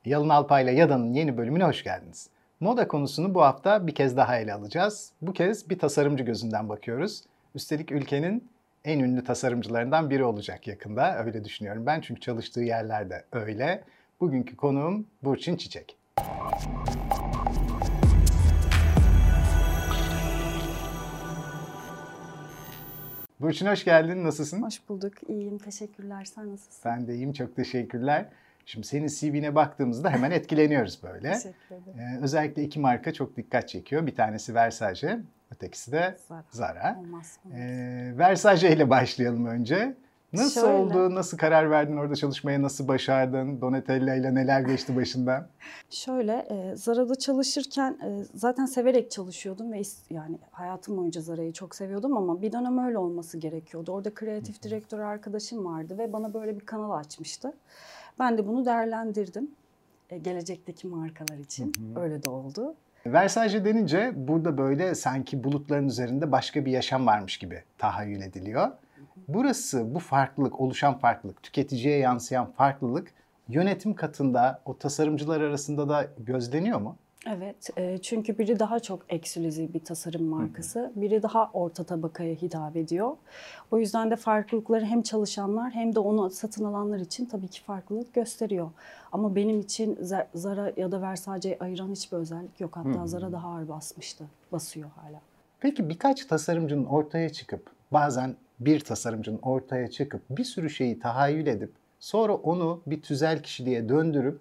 Yalın Alpay'la Yada'nın yeni bölümüne hoş geldiniz. Moda konusunu bu hafta bir kez daha ele alacağız. Bu kez bir tasarımcı gözünden bakıyoruz. Üstelik ülkenin en ünlü tasarımcılarından biri olacak yakında. Öyle düşünüyorum ben çünkü çalıştığı yerlerde öyle. Bugünkü konuğum Burçin Çiçek. Burçin hoş geldin. Nasılsın? Hoş bulduk. İyiyim. Teşekkürler. Sen nasılsın? Ben de iyiyim. Çok teşekkürler. Şimdi senin CV'ne baktığımızda hemen etkileniyoruz böyle. Teşekkür ederim. Özellikle iki marka çok dikkat çekiyor. Bir tanesi Versace, ötekisi de Zara. Olmaz. Versace ile başlayalım önce. Nasıl Şöyle. oldu? Nasıl karar verdin orada çalışmaya? Nasıl başardın? Donatella ile neler geçti başından? Şöyle, Zara'da çalışırken zaten severek çalışıyordum ve yani hayatım boyunca Zara'yı çok seviyordum ama bir dönem öyle olması gerekiyordu. Orada kreatif direktör arkadaşım vardı ve bana böyle bir kanal açmıştı. Ben de bunu değerlendirdim. Gelecekteki markalar için. Öyle de oldu. Versace denince burada böyle sanki bulutların üzerinde başka bir yaşam varmış gibi tahayyül ediliyor. Burası, bu farklılık, oluşan farklılık, tüketiciye yansıyan farklılık yönetim katında, o tasarımcılar arasında da gözleniyor mu? Evet, çünkü biri daha çok eksklüziv bir tasarım markası, biri daha orta tabakaya hitap ediyor. O yüzden de farklılıkları hem çalışanlar hem de onu satın alanlar için tabii ki farklılık gösteriyor. Ama benim için Zara ya da Versace'yi ayıran hiçbir özellik yok. Hatta Zara daha ağır basmıştı, basıyor hala. Peki birkaç tasarımcının ortaya çıkıp, bazen bir tasarımcının ortaya çıkıp bir sürü şeyi tahayyül edip sonra onu bir tüzel kişiliğe döndürüp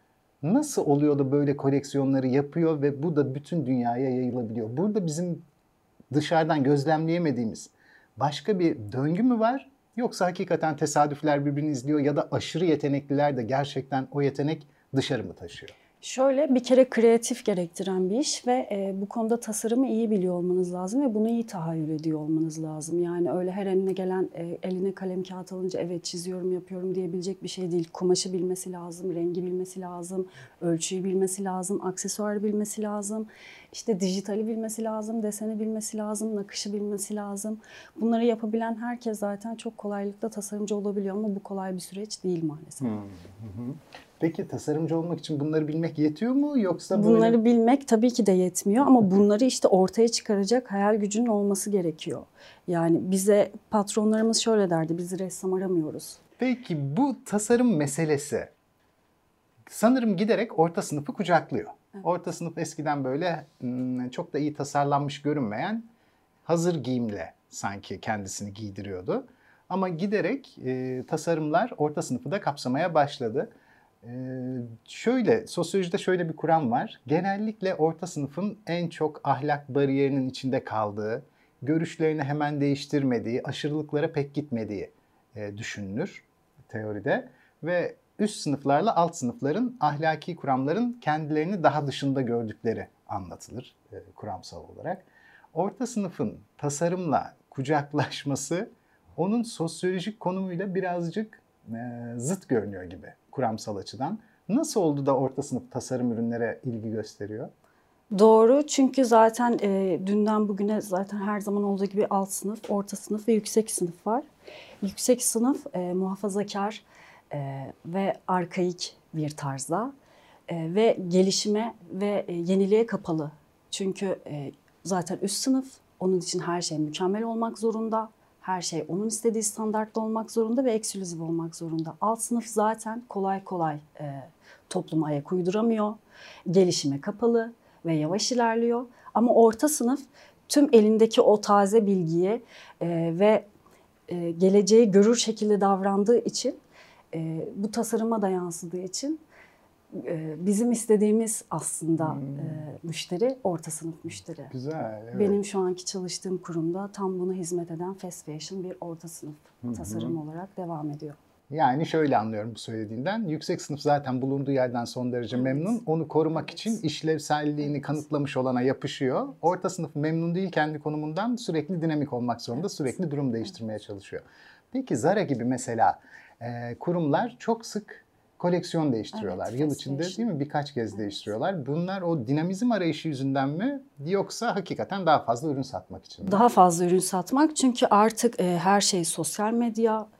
nasıl oluyor da böyle koleksiyonları yapıyor ve bu da bütün dünyaya yayılabiliyor? Burada bizim dışarıdan gözlemleyemediğimiz başka bir döngü mü var? Yoksa hakikaten tesadüfler birbirini izliyor ya da aşırı yetenekliler de gerçekten o yetenek dışarı mı taşıyor? Şöyle, bir kere kreatif gerektiren bir iş ve bu konuda tasarımı iyi biliyor olmanız lazım ve bunu iyi tahayyül ediyor olmanız lazım. Yani öyle her eline gelen, eline kalem kağıt alınca evet çiziyorum, yapıyorum diyebilecek bir şey değil. Kumaşı bilmesi lazım, rengi bilmesi lazım, ölçüyü bilmesi lazım, aksesuarı bilmesi lazım, işte dijitali bilmesi lazım, deseni bilmesi lazım, nakışı bilmesi lazım. Bunları yapabilen herkes zaten çok kolaylıkla tasarımcı olabiliyor ama bu kolay bir süreç değil maalesef. Peki tasarımcı olmak için bunları bilmek yetiyor mu yoksa böyle... Bunları bilmek tabii ki de yetmiyor ama bunları işte ortaya çıkaracak hayal gücünün olması gerekiyor. Yani bize patronlarımız şöyle derdi, bizi ressam aramıyoruz. Peki bu tasarım meselesi sanırım giderek orta sınıfı kucaklıyor. Evet. Orta sınıf eskiden böyle çok da iyi tasarlanmış görünmeyen hazır giyimle sanki kendisini giydiriyordu. Ama giderek tasarımlar orta sınıfı da kapsamaya başladı. Sosyolojide şöyle bir kuram var. Genellikle orta sınıfın en çok ahlak bariyerinin içinde kaldığı, görüşlerini hemen değiştirmediği, aşırılıklara pek gitmediği düşünülür teoride. Ve üst sınıflarla alt sınıfların ahlaki kuramların kendilerini daha dışında gördükleri anlatılır kuramsal olarak. Orta sınıfın tasarımla kucaklaşması onun sosyolojik konumuyla birazcık zıt görünüyor gibi kuramsal açıdan. Nasıl oldu da orta sınıf tasarım ürünlere ilgi gösteriyor? Doğru, çünkü zaten dünden bugüne zaten her zaman olduğu gibi alt sınıf, orta sınıf ve yüksek sınıf var. Yüksek sınıf muhafazakar ve arkaik bir tarzda ve gelişime ve yeniliğe kapalı. Çünkü zaten üst sınıf, onun için her şey mükemmel olmak zorunda. Her şey onun istediği standartta olmak zorunda ve eksklüziv olmak zorunda. Alt sınıf zaten kolay kolay topluma ayak uyduramıyor. Gelişime kapalı ve yavaş ilerliyor. Ama orta sınıf tüm elindeki o taze bilgiyi ve geleceği görür şekilde davrandığı için, bu tasarıma da yansıdığı için bizim istediğimiz aslında müşteri orta sınıf müşteri. Güzel. Evet. Benim şu anki çalıştığım kurumda tam buna hizmet eden fast fashion bir orta sınıf tasarım olarak devam ediyor. Yani şöyle anlıyorum bu söylediğinden. Yüksek sınıf zaten bulunduğu yerden son derece memnun. Onu korumak için işlevselliğini kanıtlamış olana yapışıyor. Orta sınıf memnun değil kendi konumundan, sürekli dinamik olmak zorunda, sürekli durum değiştirmeye çalışıyor. Peki Zara gibi mesela kurumlar çok sık koleksiyon değiştiriyorlar. Evet, Yıl içinde değil mi birkaç kez değiştiriyorlar. Bunlar o dinamizm arayışı yüzünden mi yoksa hakikaten daha fazla ürün satmak için mi? Daha fazla ürün satmak, çünkü artık her şey sosyal medya,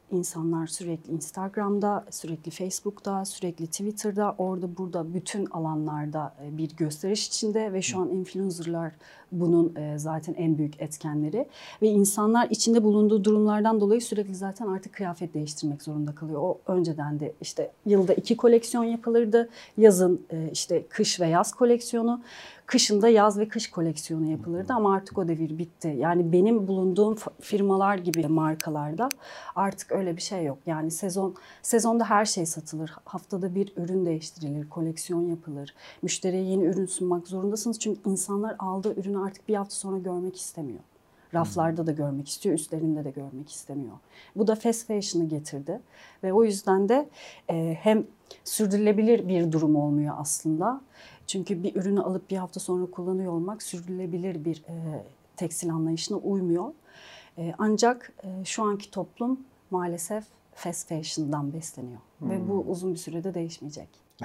insanlar sürekli Instagram'da, sürekli Facebook'ta, sürekli Twitter'da, orada burada bütün alanlarda bir gösteriş içinde ve şu an influencer'lar bunun zaten en büyük etkenleri. Ve insanlar içinde bulunduğu durumlardan dolayı sürekli zaten artık kıyafet değiştirmek zorunda kalıyor. O önceden de işte yılda 2 koleksiyon yapılırdı. Yazın işte kış ve yaz koleksiyonu. Kışında yaz ve kış koleksiyonu yapılırdı ama artık o devir bitti. Yani benim bulunduğum firmalar gibi markalarda artık öyle bir şey yok. Yani sezonda her şey satılır. Haftada bir ürün değiştirilir, koleksiyon yapılır. Müşteriye yeni ürün sunmak zorundasınız. Çünkü insanlar aldığı ürünü artık bir hafta sonra görmek istemiyor. Raflarda da görmek istiyor, üstlerinde de görmek istemiyor. Bu da fast fashion'ı getirdi ve o yüzden de hem sürdürülebilir bir durum olmuyor aslında. Çünkü bir ürünü alıp bir hafta sonra kullanıyor olmak sürdürülebilir bir tekstil anlayışına uymuyor. Ancak şu anki toplum maalesef fast fashion'dan besleniyor ve bu uzun bir sürede değişmeyecek.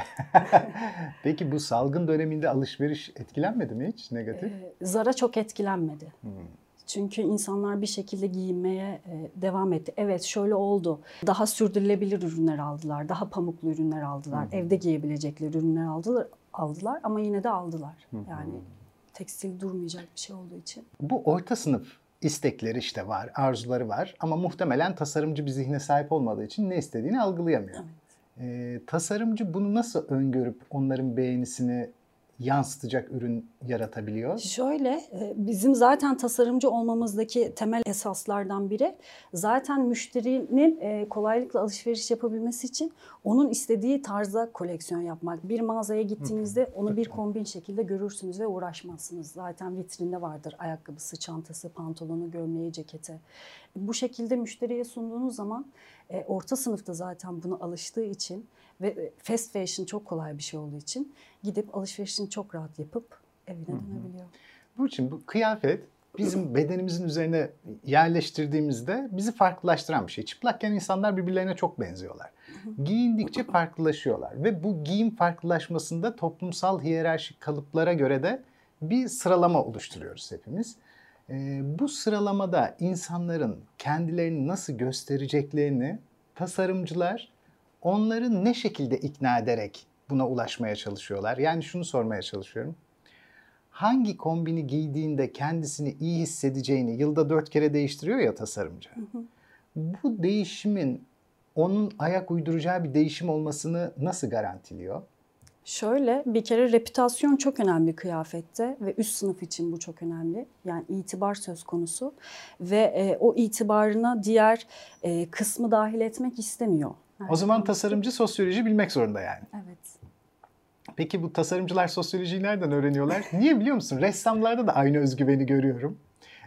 Peki bu salgın döneminde alışveriş etkilenmedi mi hiç negatif? Zara çok etkilenmedi. Çünkü insanlar bir şekilde giyinmeye devam etti. Evet şöyle oldu. Daha sürdürülebilir ürünler aldılar. Daha pamuklu ürünler aldılar. Evde giyebilecekleri ürünler aldılar ama yine de aldılar. Yani tekstil durmayacak bir şey olduğu için. Bu orta sınıf istekleri işte var, arzuları var ama muhtemelen tasarımcı bir zihne sahip olmadığı için ne istediğini algılayamıyor. Evet. Tasarımcı bunu nasıl öngörüp onların beğenisini yansıtacak ürün yaratabiliyor? Şöyle, bizim zaten tasarımcı olmamızdaki temel esaslardan biri zaten müşterinin kolaylıkla alışveriş yapabilmesi için onun istediği tarzda koleksiyon yapmak. Bir mağazaya gittiğinizde onu bir kombin şekilde görürsünüz ve uğraşmazsınız. Zaten vitrinde vardır ayakkabısı, çantası, pantolonu, gömleği, ceketi. Bu şekilde müşteriye sunduğunuz zaman orta sınıfta zaten buna alıştığı için ve fast fashion çok kolay bir şey olduğu için gidip alışverişini çok rahat yapıp evine dönebiliyor. Bu için bu kıyafet bizim bedenimizin üzerine yerleştirdiğimizde bizi farklılaştıran bir şey. Çıplakken insanlar birbirlerine çok benziyorlar. Giyindikçe farklılaşıyorlar ve bu giyim farklılaşmasında toplumsal hiyerarşik kalıplara göre de bir sıralama oluşturuyoruz hepimiz. Bu sıralamada insanların kendilerini nasıl göstereceklerini tasarımcılar onları ne şekilde ikna ederek buna ulaşmaya çalışıyorlar? Yani şunu sormaya çalışıyorum. Hangi kombini giydiğinde kendisini iyi hissedeceğini yılda 4 kere değiştiriyor ya tasarımcı. Bu değişimin onun ayak uyduracağı bir değişim olmasını nasıl garantiliyor? Şöyle, bir kere reputasyon çok önemli kıyafette ve üst sınıf için bu çok önemli. Yani itibar söz konusu ve o itibarına diğer kısmı dahil etmek istemiyor. O zaman tasarımcı sosyoloji bilmek zorunda yani. Evet. Peki bu tasarımcılar sosyolojiyi nereden öğreniyorlar? Niye biliyor musun? Ressamlarda da aynı özgüveni görüyorum.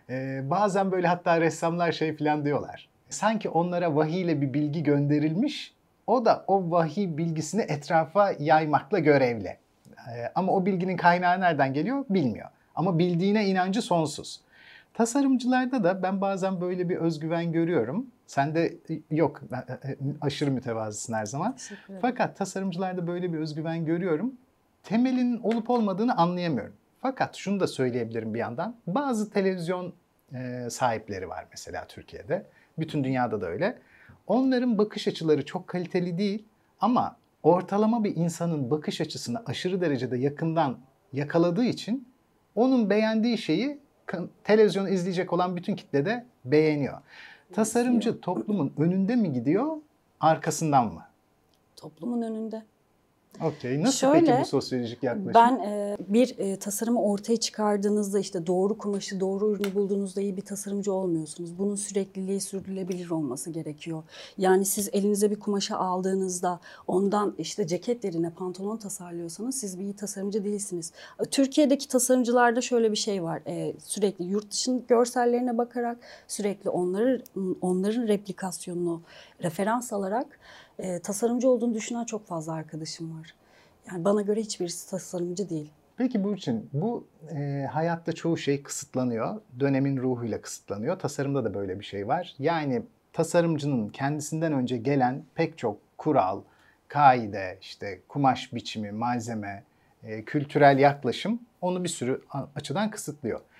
Bazen böyle hatta ressamlar şey falan diyorlar. Sanki onlara vahiy ile bir bilgi gönderilmiş. O da o vahiy bilgisini etrafa yaymakla görevli. Ama o bilginin kaynağı nereden geliyor bilmiyor. Ama bildiğine inancı sonsuz. Tasarımcılarda da ben bazen böyle bir özgüven görüyorum. Sende yok, aşırı mütevazısın her zaman. Fakat tasarımcılarda böyle bir özgüven görüyorum. Temelinin olup olmadığını anlayamıyorum. Fakat şunu da söyleyebilirim bir yandan. Bazı televizyon sahipleri var mesela Türkiye'de. Bütün dünyada da öyle. Onların bakış açıları çok kaliteli değil ama ortalama bir insanın bakış açısını aşırı derecede yakından yakaladığı için onun beğendiği şeyi televizyonu izleyecek olan bütün kitle de beğeniyor. Tasarımcı toplumun önünde mi gidiyor, arkasından mı? Toplumun önünde. Okey. Nasıl Şöyle, peki bu sosyolojik yaklaşım? Ben bir tasarımı ortaya çıkardığınızda işte doğru kumaşı, doğru ürünü bulduğunuzda iyi bir tasarımcı olmuyorsunuz. Bunun sürekliliği, sürdürülebilir olması gerekiyor. Yani siz elinize bir kumaşı aldığınızda ondan işte ceket yerine pantolon tasarlıyorsanız siz bir iyi tasarımcı değilsiniz. Türkiye'deki tasarımcılarda şöyle bir şey var. Sürekli yurt dışının görsellerine bakarak, sürekli onların replikasyonunu referans alarak tasarımcı olduğunu düşünen çok fazla arkadaşım var. Yani bana göre hiçbirisi tasarımcı değil. Peki Burçin, bu hayatta çoğu şey kısıtlanıyor. Dönemin ruhuyla kısıtlanıyor. Tasarımda da böyle bir şey var. Yani tasarımcının kendisinden önce gelen pek çok kural, kaide, işte kumaş biçimi, malzeme, kültürel yaklaşım onu bir sürü açıdan kısıtlıyor.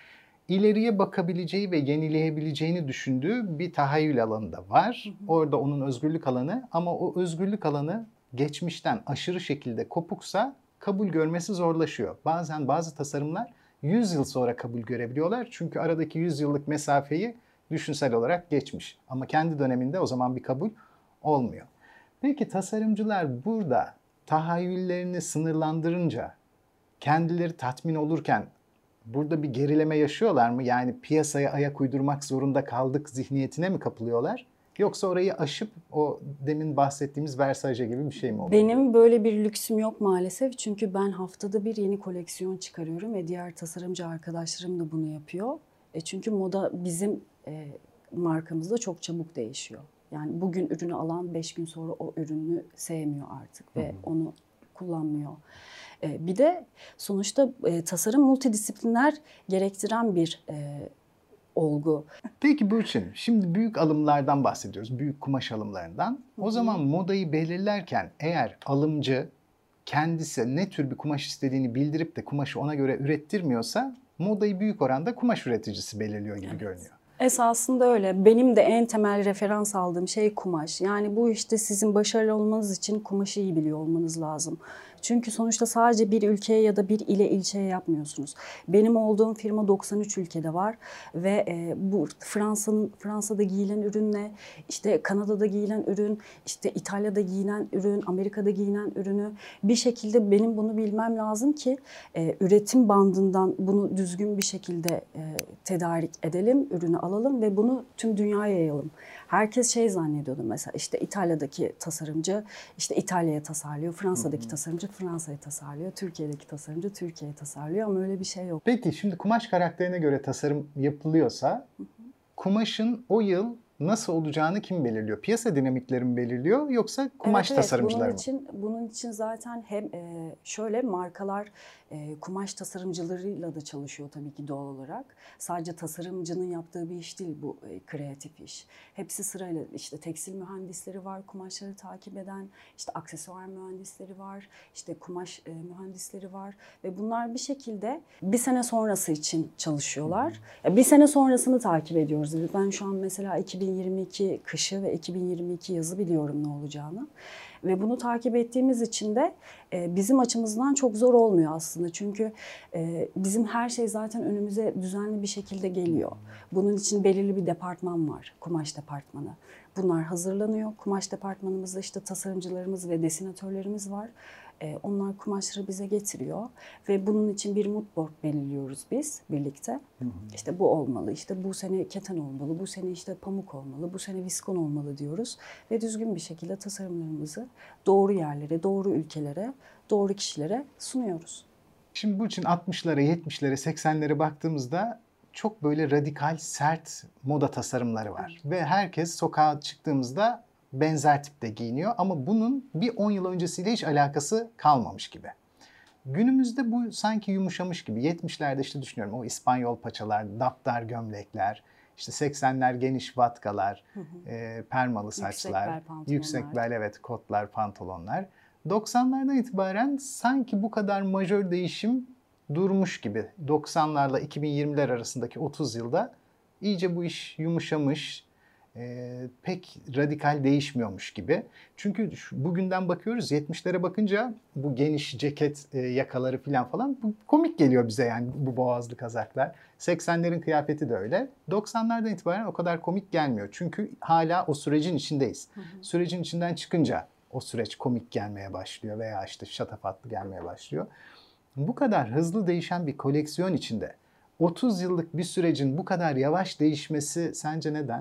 ileriye bakabileceği ve yenileyebileceğini düşündüğü bir tahayyül alanı da var. Orada onun özgürlük alanı, ama o özgürlük alanı geçmişten aşırı şekilde kopuksa kabul görmesi zorlaşıyor. Bazen bazı tasarımlar 100 yıl sonra kabul görebiliyorlar. Çünkü aradaki 100 yıllık mesafeyi düşünsel olarak geçmiş. Ama kendi döneminde o zaman bir kabul olmuyor. Peki tasarımcılar burada tahayyüllerini sınırlandırınca kendileri tatmin olurken burada bir gerileme yaşıyorlar mı? Yani piyasaya ayak uydurmak zorunda kaldık zihniyetine mi kapılıyorlar? Yoksa orayı aşıp o demin bahsettiğimiz Versace gibi bir şey mi oluyor? Benim böyle bir lüksüm yok maalesef. Çünkü ben haftada bir yeni koleksiyon çıkarıyorum ve diğer tasarımcı arkadaşlarım da bunu yapıyor. Çünkü moda bizim markamızda çok çabuk değişiyor. Yani bugün ürünü alan 5 gün sonra o ürünü sevmiyor artık ve onu kullanmıyor. Bir de sonuçta tasarım multidisipliner gerektiren bir olgu. Peki Burçin, şimdi büyük alımlardan bahsediyoruz, büyük kumaş alımlarından. O zaman modayı belirlerken eğer alımcı kendisi ne tür bir kumaş istediğini bildirip de kumaşı ona göre ürettirmiyorsa modayı büyük oranda kumaş üreticisi belirliyor gibi görünüyor. Esasında öyle. Benim de en temel referans aldığım şey kumaş. Yani bu işte sizin başarılı olmanız için kumaşı iyi biliyor olmanız lazım. Çünkü sonuçta sadece bir ülkeye ya da bir ile ilçeye yapmıyorsunuz. Benim olduğum firma 93 ülkede var ve bu Fransa'da giyilen ürünle, işte Kanada'da giyilen ürün, işte İtalya'da giyilen ürün, Amerika'da giyilen ürünü bir şekilde benim bunu bilmem lazım ki üretim bandından bunu düzgün bir şekilde tedarik edelim, ürünü alalım ve bunu tüm dünyaya yayalım. Herkes şey zannediyordu mesela, işte İtalya'daki tasarımcı işte İtalya'ya tasarlıyor, Fransa'daki tasarımcı Fransa'ya tasarlıyor, Türkiye'deki tasarımcı Türkiye'ye tasarlıyor ama öyle bir şey yok. Peki şimdi kumaş karakterine göre tasarım yapılıyorsa kumaşın o yıl nasıl olacağını kim belirliyor? Piyasa dinamikleri mi belirliyor yoksa kumaş tasarımcıları mı? Bunun için zaten hem şöyle markalar kumaş tasarımcılarıyla da çalışıyor tabii ki doğal olarak. Sadece tasarımcının yaptığı bir iş değil bu kreatif iş. Hepsi sırayla işte tekstil mühendisleri var, kumaşları takip eden, işte aksesuar mühendisleri var, işte kumaş mühendisleri var ve bunlar bir şekilde bir sene sonrası için çalışıyorlar. Bir sene sonrasını takip ediyoruz. Ben şu an mesela 2022 kışı ve 2022 yazı biliyorum ne olacağını. Ve bunu takip ettiğimiz için de bizim açımızdan çok zor olmuyor aslında. Çünkü bizim her şey zaten önümüze düzenli bir şekilde geliyor. Bunun için belirli bir departman var, kumaş departmanı. Bunlar hazırlanıyor. Kumaş departmanımızda işte tasarımcılarımız ve desinatörlerimiz var. Onlar kumaşları bize getiriyor ve bunun için bir mood board belirliyoruz biz birlikte. İşte bu olmalı, işte bu sene keten olmalı, bu sene işte pamuk olmalı, bu sene viskon olmalı diyoruz. Ve düzgün bir şekilde tasarımlarımızı doğru yerlere, doğru ülkelere, doğru kişilere sunuyoruz. Şimdi bu için 60'lara, 70'lere, 80'lere baktığımızda çok böyle radikal, sert moda tasarımları var. Ve herkes sokağa çıktığımızda benzer tipte giyiniyor ama bunun bir 10 yıl öncesiyle hiç alakası kalmamış gibi. Günümüzde bu sanki yumuşamış gibi. 70'lerde işte düşünüyorum o İspanyol paçalar, daptar gömlekler, işte 80'ler geniş vatkalar, permalı saçlar, yüksek bel, evet, kotlar, pantolonlar. 90'lardan itibaren sanki bu kadar majör değişim durmuş gibi. 90'larla 2020'ler arasındaki 30 yılda iyice bu iş yumuşamış, pek radikal değişmiyormuş gibi. Çünkü bugünden bakıyoruz, 70'lere bakınca bu geniş ceket yakaları falan bu komik geliyor bize, yani bu boğazlı kazaklar. 80'lerin kıyafeti de öyle. 90'lardan itibaren o kadar komik gelmiyor. Çünkü hala o sürecin içindeyiz. Sürecin içinden çıkınca o süreç komik gelmeye başlıyor veya işte şatafatlı gelmeye başlıyor. Bu kadar hızlı değişen bir koleksiyon içinde 30 yıllık bir sürecin bu kadar yavaş değişmesi sence neden?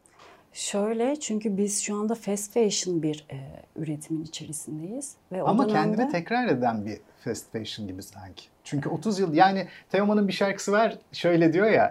Şöyle, çünkü biz şu anda fast fashion bir üretimin içerisindeyiz. Ve ama kendini tekrar eden bir fast fashion gibi sanki. Çünkü 30 yıl, yani Teoman'ın bir şarkısı var, şöyle diyor ya,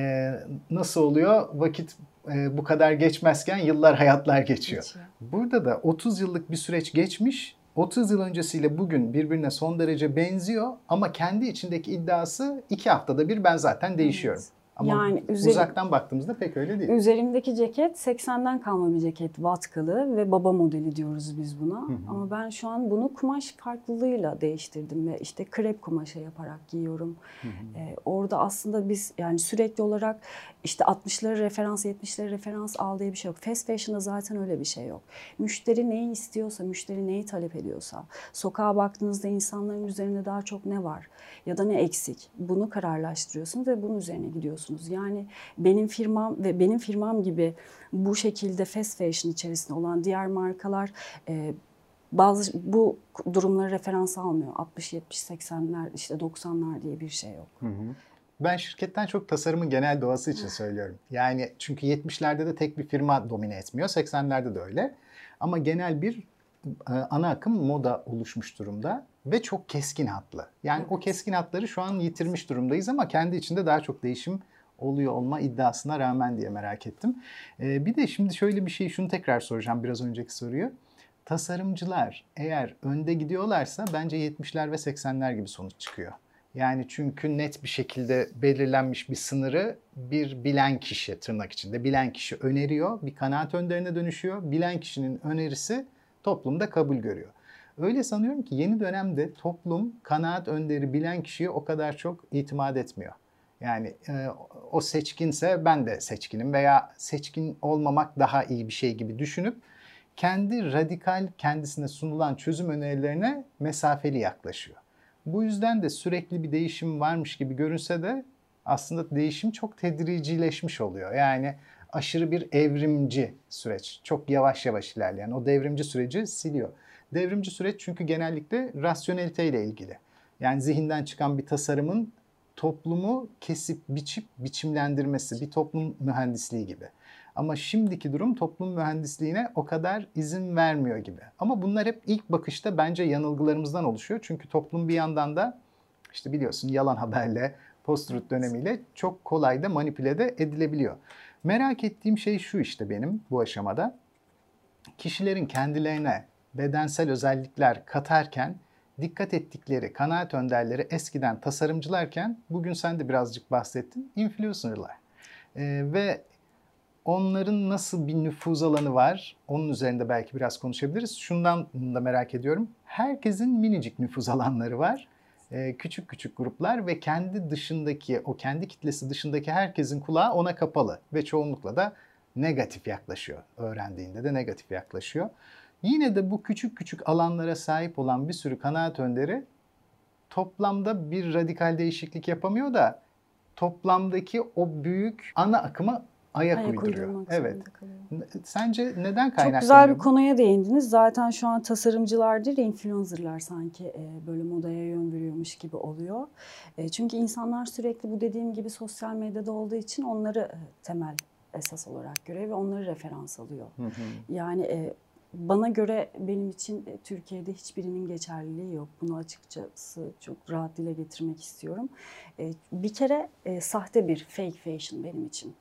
nasıl oluyor vakit bu kadar geçmezken yıllar hayatlar geçiyor. Burada da 30 yıllık bir süreç geçmiş, 30 yıl öncesiyle bugün birbirine son derece benziyor ama kendi içindeki iddiası 2 haftada bir ben zaten değişiyorum. Ama Yani uzaktan baktığımızda pek öyle değil. Üzerimdeki ceket 80'den kalma bir ceket, vatkalı ve baba modeli diyoruz biz buna. Ama ben şu an bunu kumaş farklılığıyla değiştirdim ve işte krep kumaşa yaparak giyiyorum. Orada aslında biz yani sürekli olarak işte 60'ları referans, 70'leri referans al diye bir şey yok. Fast fashion'da zaten öyle bir şey yok. Müşteri neyi istiyorsa, müşteri neyi talep ediyorsa, sokağa baktığınızda insanların üzerinde daha çok ne var ya da ne eksik, bunu kararlaştırıyorsunuz ve bunun üzerine gidiyorsunuz. Yani benim firmam ve benim firmam gibi bu şekilde fast fashion içerisinde olan diğer markalar bazı bu durumları referans almıyor. 60, 70, 80'ler, işte 90'lar diye bir şey yok. Ben şirketten çok tasarımın genel doğası için söylüyorum. Yani çünkü 70'lerde de tek bir firma domine etmiyor, 80'lerde de öyle. Ama genel bir ana akım moda oluşmuş durumda ve çok keskin hatlı. Yani o keskin hatları şu an yitirmiş durumdayız ama kendi içinde daha çok değişim oluyor olma iddiasına rağmen diye merak ettim. Bir de şimdi şöyle bir şey, şunu tekrar soracağım biraz önceki soruyu. Tasarımcılar eğer önde gidiyorlarsa bence 70'ler ve 80'ler gibi sonuç çıkıyor. Yani çünkü net bir şekilde belirlenmiş bir sınırı bir bilen kişi, tırnak içinde bilen kişi öneriyor, bir kanaat önderine dönüşüyor. Bilen kişinin önerisi toplumda kabul görüyor. Öyle sanıyorum ki yeni dönemde toplum kanaat önderi bilen kişiye o kadar çok itimat etmiyor. Yani o seçkinse ben de seçkinim veya seçkin olmamak daha iyi bir şey gibi düşünüp kendi radikal kendisine sunulan çözüm önerilerine mesafeli yaklaşıyor. Bu yüzden de sürekli bir değişim varmış gibi görünse de aslında değişim çok tedricileşmiş oluyor. Yani aşırı bir evrimci süreç. Çok yavaş yavaş ilerleyen o devrimci süreci siliyor. Devrimci süreç çünkü genellikle rasyonelite ile ilgili. Yani zihinden çıkan bir tasarımın toplumu kesip biçip biçimlendirmesi, bir toplum mühendisliği gibi. Ama şimdiki durum toplum mühendisliğine o kadar izin vermiyor gibi. Ama bunlar hep ilk bakışta bence yanılgılarımızdan oluşuyor. Çünkü toplum bir yandan da işte biliyorsun yalan haberle, post-truth dönemiyle çok kolay da manipüle de edilebiliyor. Merak ettiğim şey şu işte benim bu aşamada. Kişilerin kendilerine bedensel özellikler katarken dikkat ettikleri kanaat önderleri eskiden tasarımcılarken bugün sen de birazcık bahsettin, influencerlar. Ve onların nasıl bir nüfuz alanı var? Onun üzerinde belki biraz konuşabiliriz. Şundan da merak ediyorum. Herkesin minicik nüfuz alanları var. Küçük küçük gruplar ve kendi dışındaki, o kendi kitlesi dışındaki herkesin kulağı ona kapalı. Ve çoğunlukla da negatif yaklaşıyor. Öğrendiğinde de negatif yaklaşıyor. Yine de bu küçük küçük alanlara sahip olan bir sürü kanaat önderi toplamda bir radikal değişiklik yapamıyor da toplamdaki o büyük ana akıma ayak uyduruyor. Evet. Sence neden kaynaklanıyor? Çok güzel bir konuya değindiniz. Zaten şu an tasarımcılar değil, influencerlar sanki böyle modaya yön veriyormuş gibi oluyor. Çünkü insanlar sürekli bu dediğim gibi sosyal medyada olduğu için onları temel esas olarak görüyor ve onları referans alıyor. Yani bana göre benim için Türkiye'de hiçbirinin geçerliliği yok. Bunu açıkçası çok rahat dile getirmek istiyorum. Bir kere sahte bir fake fashion benim için.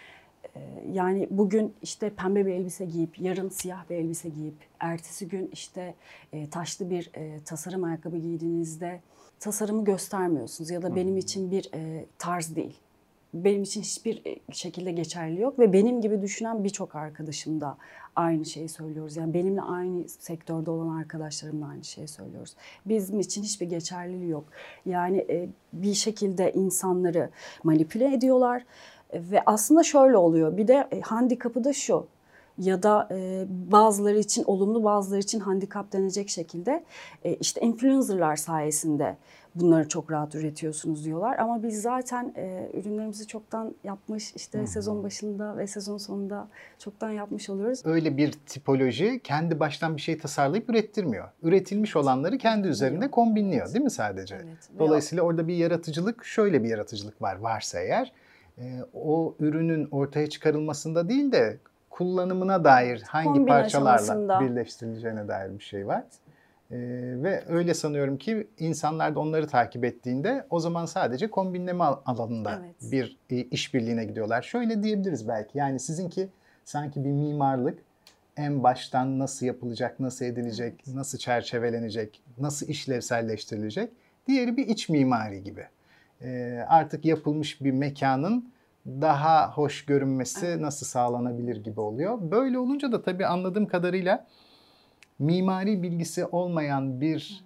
Yani bugün işte pembe bir elbise giyip, yarın siyah bir elbise giyip, ertesi gün işte taşlı bir tasarım ayakkabı giydiğinizde tasarımı göstermiyorsunuz ya da benim için bir tarz değil. Benim için hiçbir şekilde geçerli yok ve benim gibi düşünen birçok arkadaşım da aynı şeyi söylüyoruz. Yani benimle aynı sektörde olan arkadaşlarımla aynı şeyi söylüyoruz. Bizim için hiçbir geçerliliği yok. Yani bir şekilde insanları manipüle ediyorlar. Ve aslında şöyle oluyor, bir de handikapı da şu ya da bazıları için olumlu bazıları için handikap denecek şekilde işte influencerlar sayesinde bunları çok rahat üretiyorsunuz diyorlar. Ama biz zaten ürünlerimizi çoktan yapmış işte sezon başında ve sezon sonunda çoktan yapmış oluyoruz. Öyle bir tipoloji kendi baştan bir şey tasarlayıp ürettirmiyor. Üretilmiş olanları kendi üzerinde kombinliyor değil mi sadece? Evet. Dolayısıyla orada bir yaratıcılık, şöyle bir yaratıcılık varsa eğer o ürünün ortaya çıkarılmasında değil de kullanımına dair hangi parçalarla birleştirileceğine dair bir şey var. Ve öyle sanıyorum ki insanlar da onları takip ettiğinde o zaman sadece kombinleme alanında bir işbirliğine gidiyorlar. Şöyle diyebiliriz belki, yani sizinki sanki bir mimarlık, en baştan nasıl yapılacak, nasıl edilecek, nasıl çerçevelenecek, nasıl işlevselleştirilecek. Diğeri bir iç mimari gibi. Artık yapılmış bir mekanın daha hoş görünmesi nasıl sağlanabilir gibi oluyor. Böyle olunca da tabii anladığım kadarıyla mimari bilgisi olmayan bir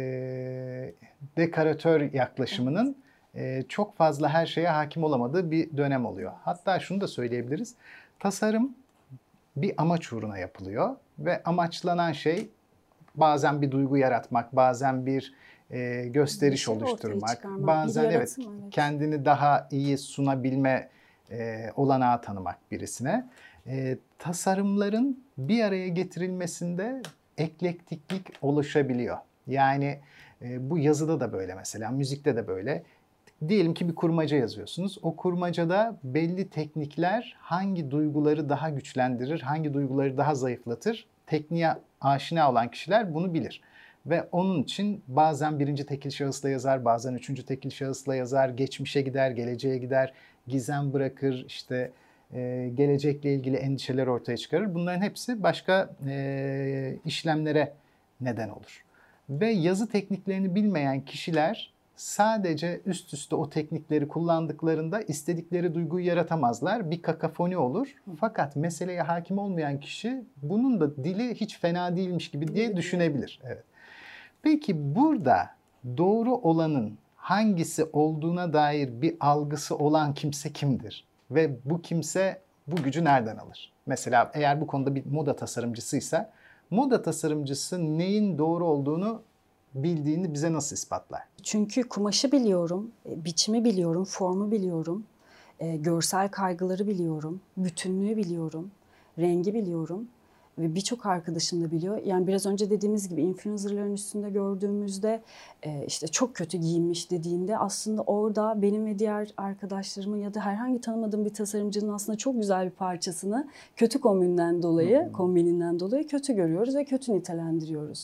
dekoratör yaklaşımının çok fazla her şeye hakim olamadığı bir dönem oluyor. Hatta şunu da söyleyebiliriz. Tasarım bir amaç uğruna yapılıyor ve amaçlanan şey bazen bir duygu yaratmak, bazen bir gösteriş oluşturmak, bazen evet kendini daha iyi sunabilme olanağı tanımak birisine. Tasarımların bir araya getirilmesinde eklektiklik oluşabiliyor. Yani bu yazıda da böyle mesela, müzikte de böyle. Diyelim ki bir kurmaca yazıyorsunuz. O kurmacada belli teknikler hangi duyguları daha güçlendirir, hangi duyguları daha zayıflatır? Tekniğe aşina olan kişiler bunu bilir. Ve onun için bazen birinci tekil şahısla yazar, bazen üçüncü tekil şahısla yazar, geçmişe gider, geleceğe gider, gizem bırakır, işte gelecekle ilgili endişeler ortaya çıkarır. Bunların hepsi başka işlemlere neden olur. Ve yazı tekniklerini bilmeyen kişiler sadece üst üste o teknikleri kullandıklarında istedikleri duyguyu yaratamazlar. Bir kakafoni olur. Fakat meseleye hakim olmayan kişi bunun da dili hiç fena değilmiş gibi diye düşünebilir. Evet. Peki burada doğru olanın hangisi olduğuna dair bir algısı olan kimse kimdir? Ve bu kimse bu gücü nereden alır? Mesela eğer bu konuda bir moda tasarımcısıysa, moda tasarımcısı neyin doğru olduğunu bildiğini bize nasıl ispatlar? Çünkü kumaşı biliyorum, biçimi biliyorum, formu biliyorum, görsel kaygıları biliyorum, bütünlüğü biliyorum, rengi biliyorum ve birçok arkadaşım da biliyor. Yani biraz önce dediğimiz gibi influencerların üstünde gördüğümüzde işte çok kötü giyinmiş dediğinde aslında orada benim ve diğer arkadaşlarımın ya da herhangi tanımadığım bir tasarımcının aslında çok güzel bir parçasını kötü kombininden dolayı kötü görüyoruz ve kötü nitelendiriyoruz.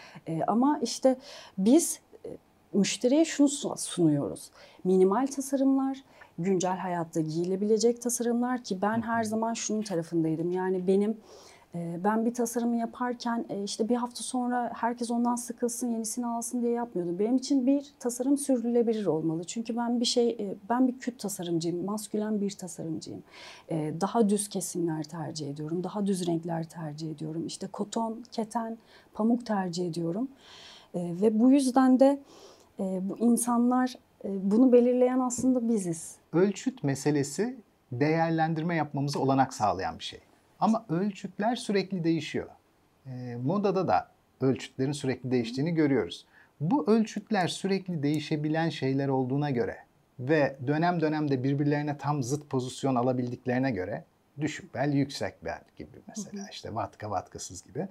Ama işte biz müşteriye şunu sunuyoruz. Minimal tasarımlar, güncel hayatta giyilebilecek tasarımlar ki ben her zaman şunun tarafındaydım. Yani ben bir tasarımı yaparken işte bir hafta sonra herkes ondan sıkılsın, yenisini alsın diye yapmıyordum. Benim için bir tasarım sürdürülebilir olmalı. Çünkü ben bir küt tasarımcıyım, maskülen bir tasarımcıyım. Daha düz kesimler tercih ediyorum, daha düz renkler tercih ediyorum. İşte koton, keten, pamuk tercih ediyorum. Ve bu yüzden de bu insanlar bunu belirleyen aslında biziz. Ölçüt meselesi değerlendirme yapmamıza olanak sağlayan bir şey. Ama ölçütler sürekli değişiyor. Modada da ölçütlerin sürekli değiştiğini görüyoruz. Bu ölçütler sürekli değişebilen şeyler olduğuna göre ve dönem dönemde birbirlerine tam zıt pozisyon alabildiklerine göre düşük bel, yüksek bel gibi mesela işte vatka, vatkasız gibi.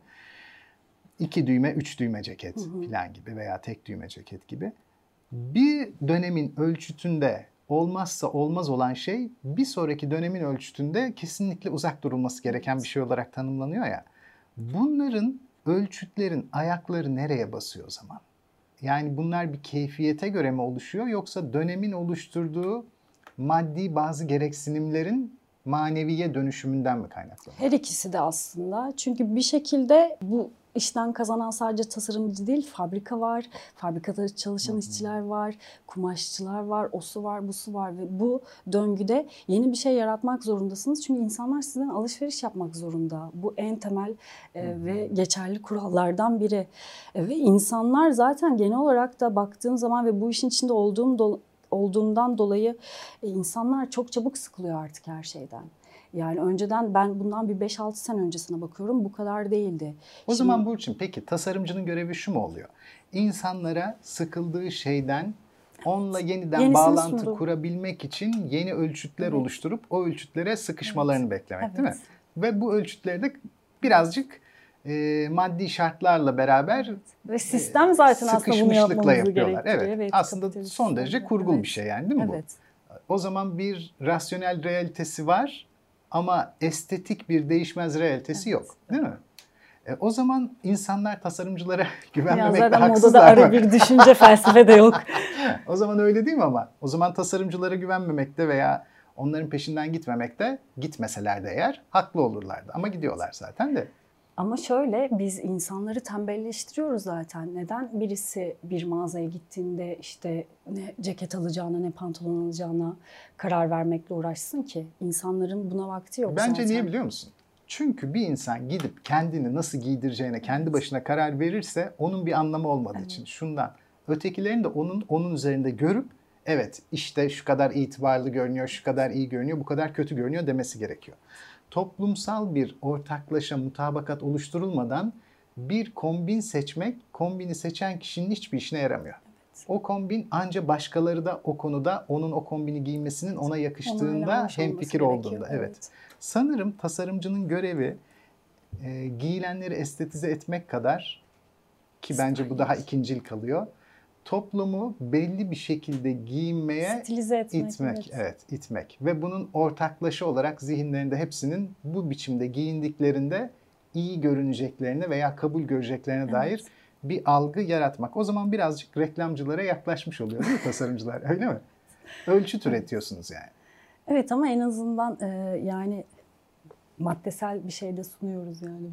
2 düğme, 3 düğme ceket falan gibi veya tek düğme ceket gibi. Bir dönemin ölçütünde olmazsa olmaz olan şey bir sonraki dönemin ölçütünde kesinlikle uzak durulması gereken bir şey olarak tanımlanıyor ya. Bunların ölçütlerin ayakları nereye basıyor o zaman? Yani bunlar bir keyfiyete göre mi oluşuyor yoksa dönemin oluşturduğu maddi bazı gereksinimlerin maneviye dönüşümünden mi kaynaklanıyor? Her ikisi de aslında. Çünkü bir şekilde bu işten kazanan sadece tasarımcı değil, fabrika var, fabrikada çalışan işçiler var, kumaşçılar var, osu var, busu var ve bu döngüde yeni bir şey yaratmak zorundasınız. Çünkü insanlar sizden alışveriş yapmak zorunda. Bu en temel ve geçerli kurallardan biri. Ve insanlar zaten genel olarak da baktığım zaman ve bu işin içinde olduğumdan dolayı insanlar çok çabuk sıkılıyor artık her şeyden. Yani önceden ben bundan bir 5-6 sene öncesine bakıyorum bu kadar değildi. O zaman Burçin peki tasarımcının görevi şu mu oluyor? İnsanlara sıkıldığı şeyden onunla yeniden bağlantı kurabilmek için yeni ölçütler oluşturup o ölçütlere sıkışmalarını beklemek değil mi? Ve bu ölçütleri de birazcık maddi şartlarla beraber ve sistem zaten aslında bunu yapmamızı yapıyorlar. Evet. Aslında son derece kurgul bir şey yani değil mi bu? O zaman bir rasyonel realitesi var. Ama estetik bir değişmez realitesi yok. Değil mi? O zaman insanlar tasarımcılara güvenmemekte haksızlar mı? Modada arı bir düşünce felsefe de yok. O zaman öyle değil mi ama? O zaman tasarımcılara güvenmemekte veya onların peşinden gitmemekte, gitmeseler de eğer haklı olurlardı. Ama gidiyorlar zaten de. Ama şöyle, biz insanları tembelleştiriyoruz zaten. Neden birisi bir mağazaya gittiğinde işte ne ceket alacağına ne pantolon alacağına karar vermekle uğraşsın ki? İnsanların buna vakti yok Bence zaten. niye biliyor musun? Çünkü bir insan gidip kendini nasıl giydireceğine kendi başına karar verirse onun bir anlamı olmadığı için. Şundan. Ötekilerin de onun üzerinde görüp evet işte şu kadar itibarlı görünüyor, şu kadar iyi görünüyor, bu kadar kötü görünüyor demesi gerekiyor. Toplumsal bir ortaklaşa mutabakat oluşturulmadan bir kombin seçmek, kombini seçen kişinin hiçbir işine yaramıyor. O kombin anca başkaları da o konuda onun o kombini giymesinin ona yakıştığında Onaylanmış hemfikir olması olduğunda. gerekiyor, Evet. Sanırım tasarımcının görevi giyilenleri estetize etmek kadar ki bence bu daha ikincil kalıyor. Toplumu belli bir şekilde giyinmeye Stilize etmek. itmek. Evet, itmek. Ve bunun ortaklaşa olarak zihinlerinde hepsinin bu biçimde giyindiklerinde iyi görüneceklerine veya kabul göreceklerine dair bir algı yaratmak. O zaman birazcık reklamcılara yaklaşmış oluyor değil mi tasarımcılar? Öyle mi? Ölçüt üretiyorsunuz yani. Evet ama en azından yani maddesel bir şey de sunuyoruz yani.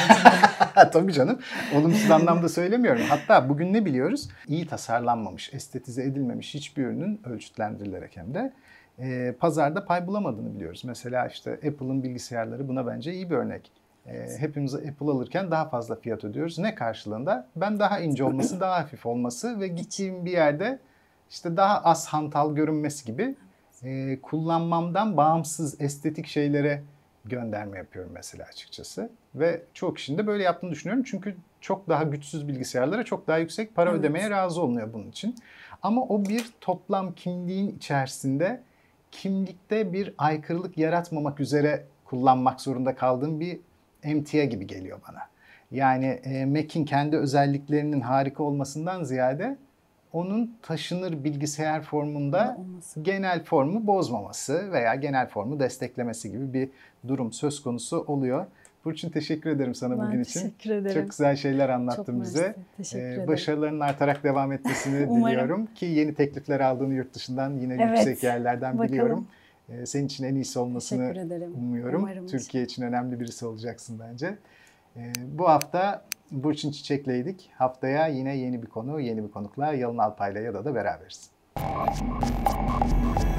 Tabii canım. Olumsuz anlamda söylemiyorum. Hatta bugün ne biliyoruz? İyi tasarlanmamış, estetize edilmemiş hiçbir ürünün ölçütlendirilerek hem de pazarda pay bulamadığını biliyoruz. Mesela işte Apple'ın bilgisayarları buna bence iyi bir örnek. Hepimiz Apple alırken daha fazla fiyat ödüyoruz. Ne karşılığında? Ben daha ince olması, daha hafif olması ve gittiğim bir yerde işte daha az hantal görünmesi gibi kullanmamdan bağımsız estetik şeylere gönderme yapıyorum mesela açıkçası. Ve çoğu kişinin de böyle yaptığını düşünüyorum. Çünkü çok daha güçsüz bilgisayarlara çok daha yüksek para ödemeye razı olunuyor bunun için. Ama o bir toplam kimliğin içerisinde kimlikte bir aykırılık yaratmamak üzere kullanmak zorunda kaldığım bir emtia gibi geliyor bana. Yani Mac'in kendi özelliklerinin harika olmasından ziyade onun taşınır bilgisayar formunda genel formu bozmaması veya genel formu desteklemesi gibi bir durum söz konusu oluyor. Burçin teşekkür ederim sana bugün için. Teşekkür ederim. Çok güzel şeyler anlattın bize. Teşekkür ederim. Başarılarının artarak devam etmesini diliyorum ki yeni teklifler aldığını yurt dışından yine yüksek yerlerden biliyorum. Senin için en iyisi olmasını umuyorum. Umarım. Türkiye için önemli birisi olacaksın bence. Bu hafta Burçin Çiçek'leydik. Haftaya yine yeni bir konu, yeni bir konukla Yalın Alpay'la ya da beraberiz.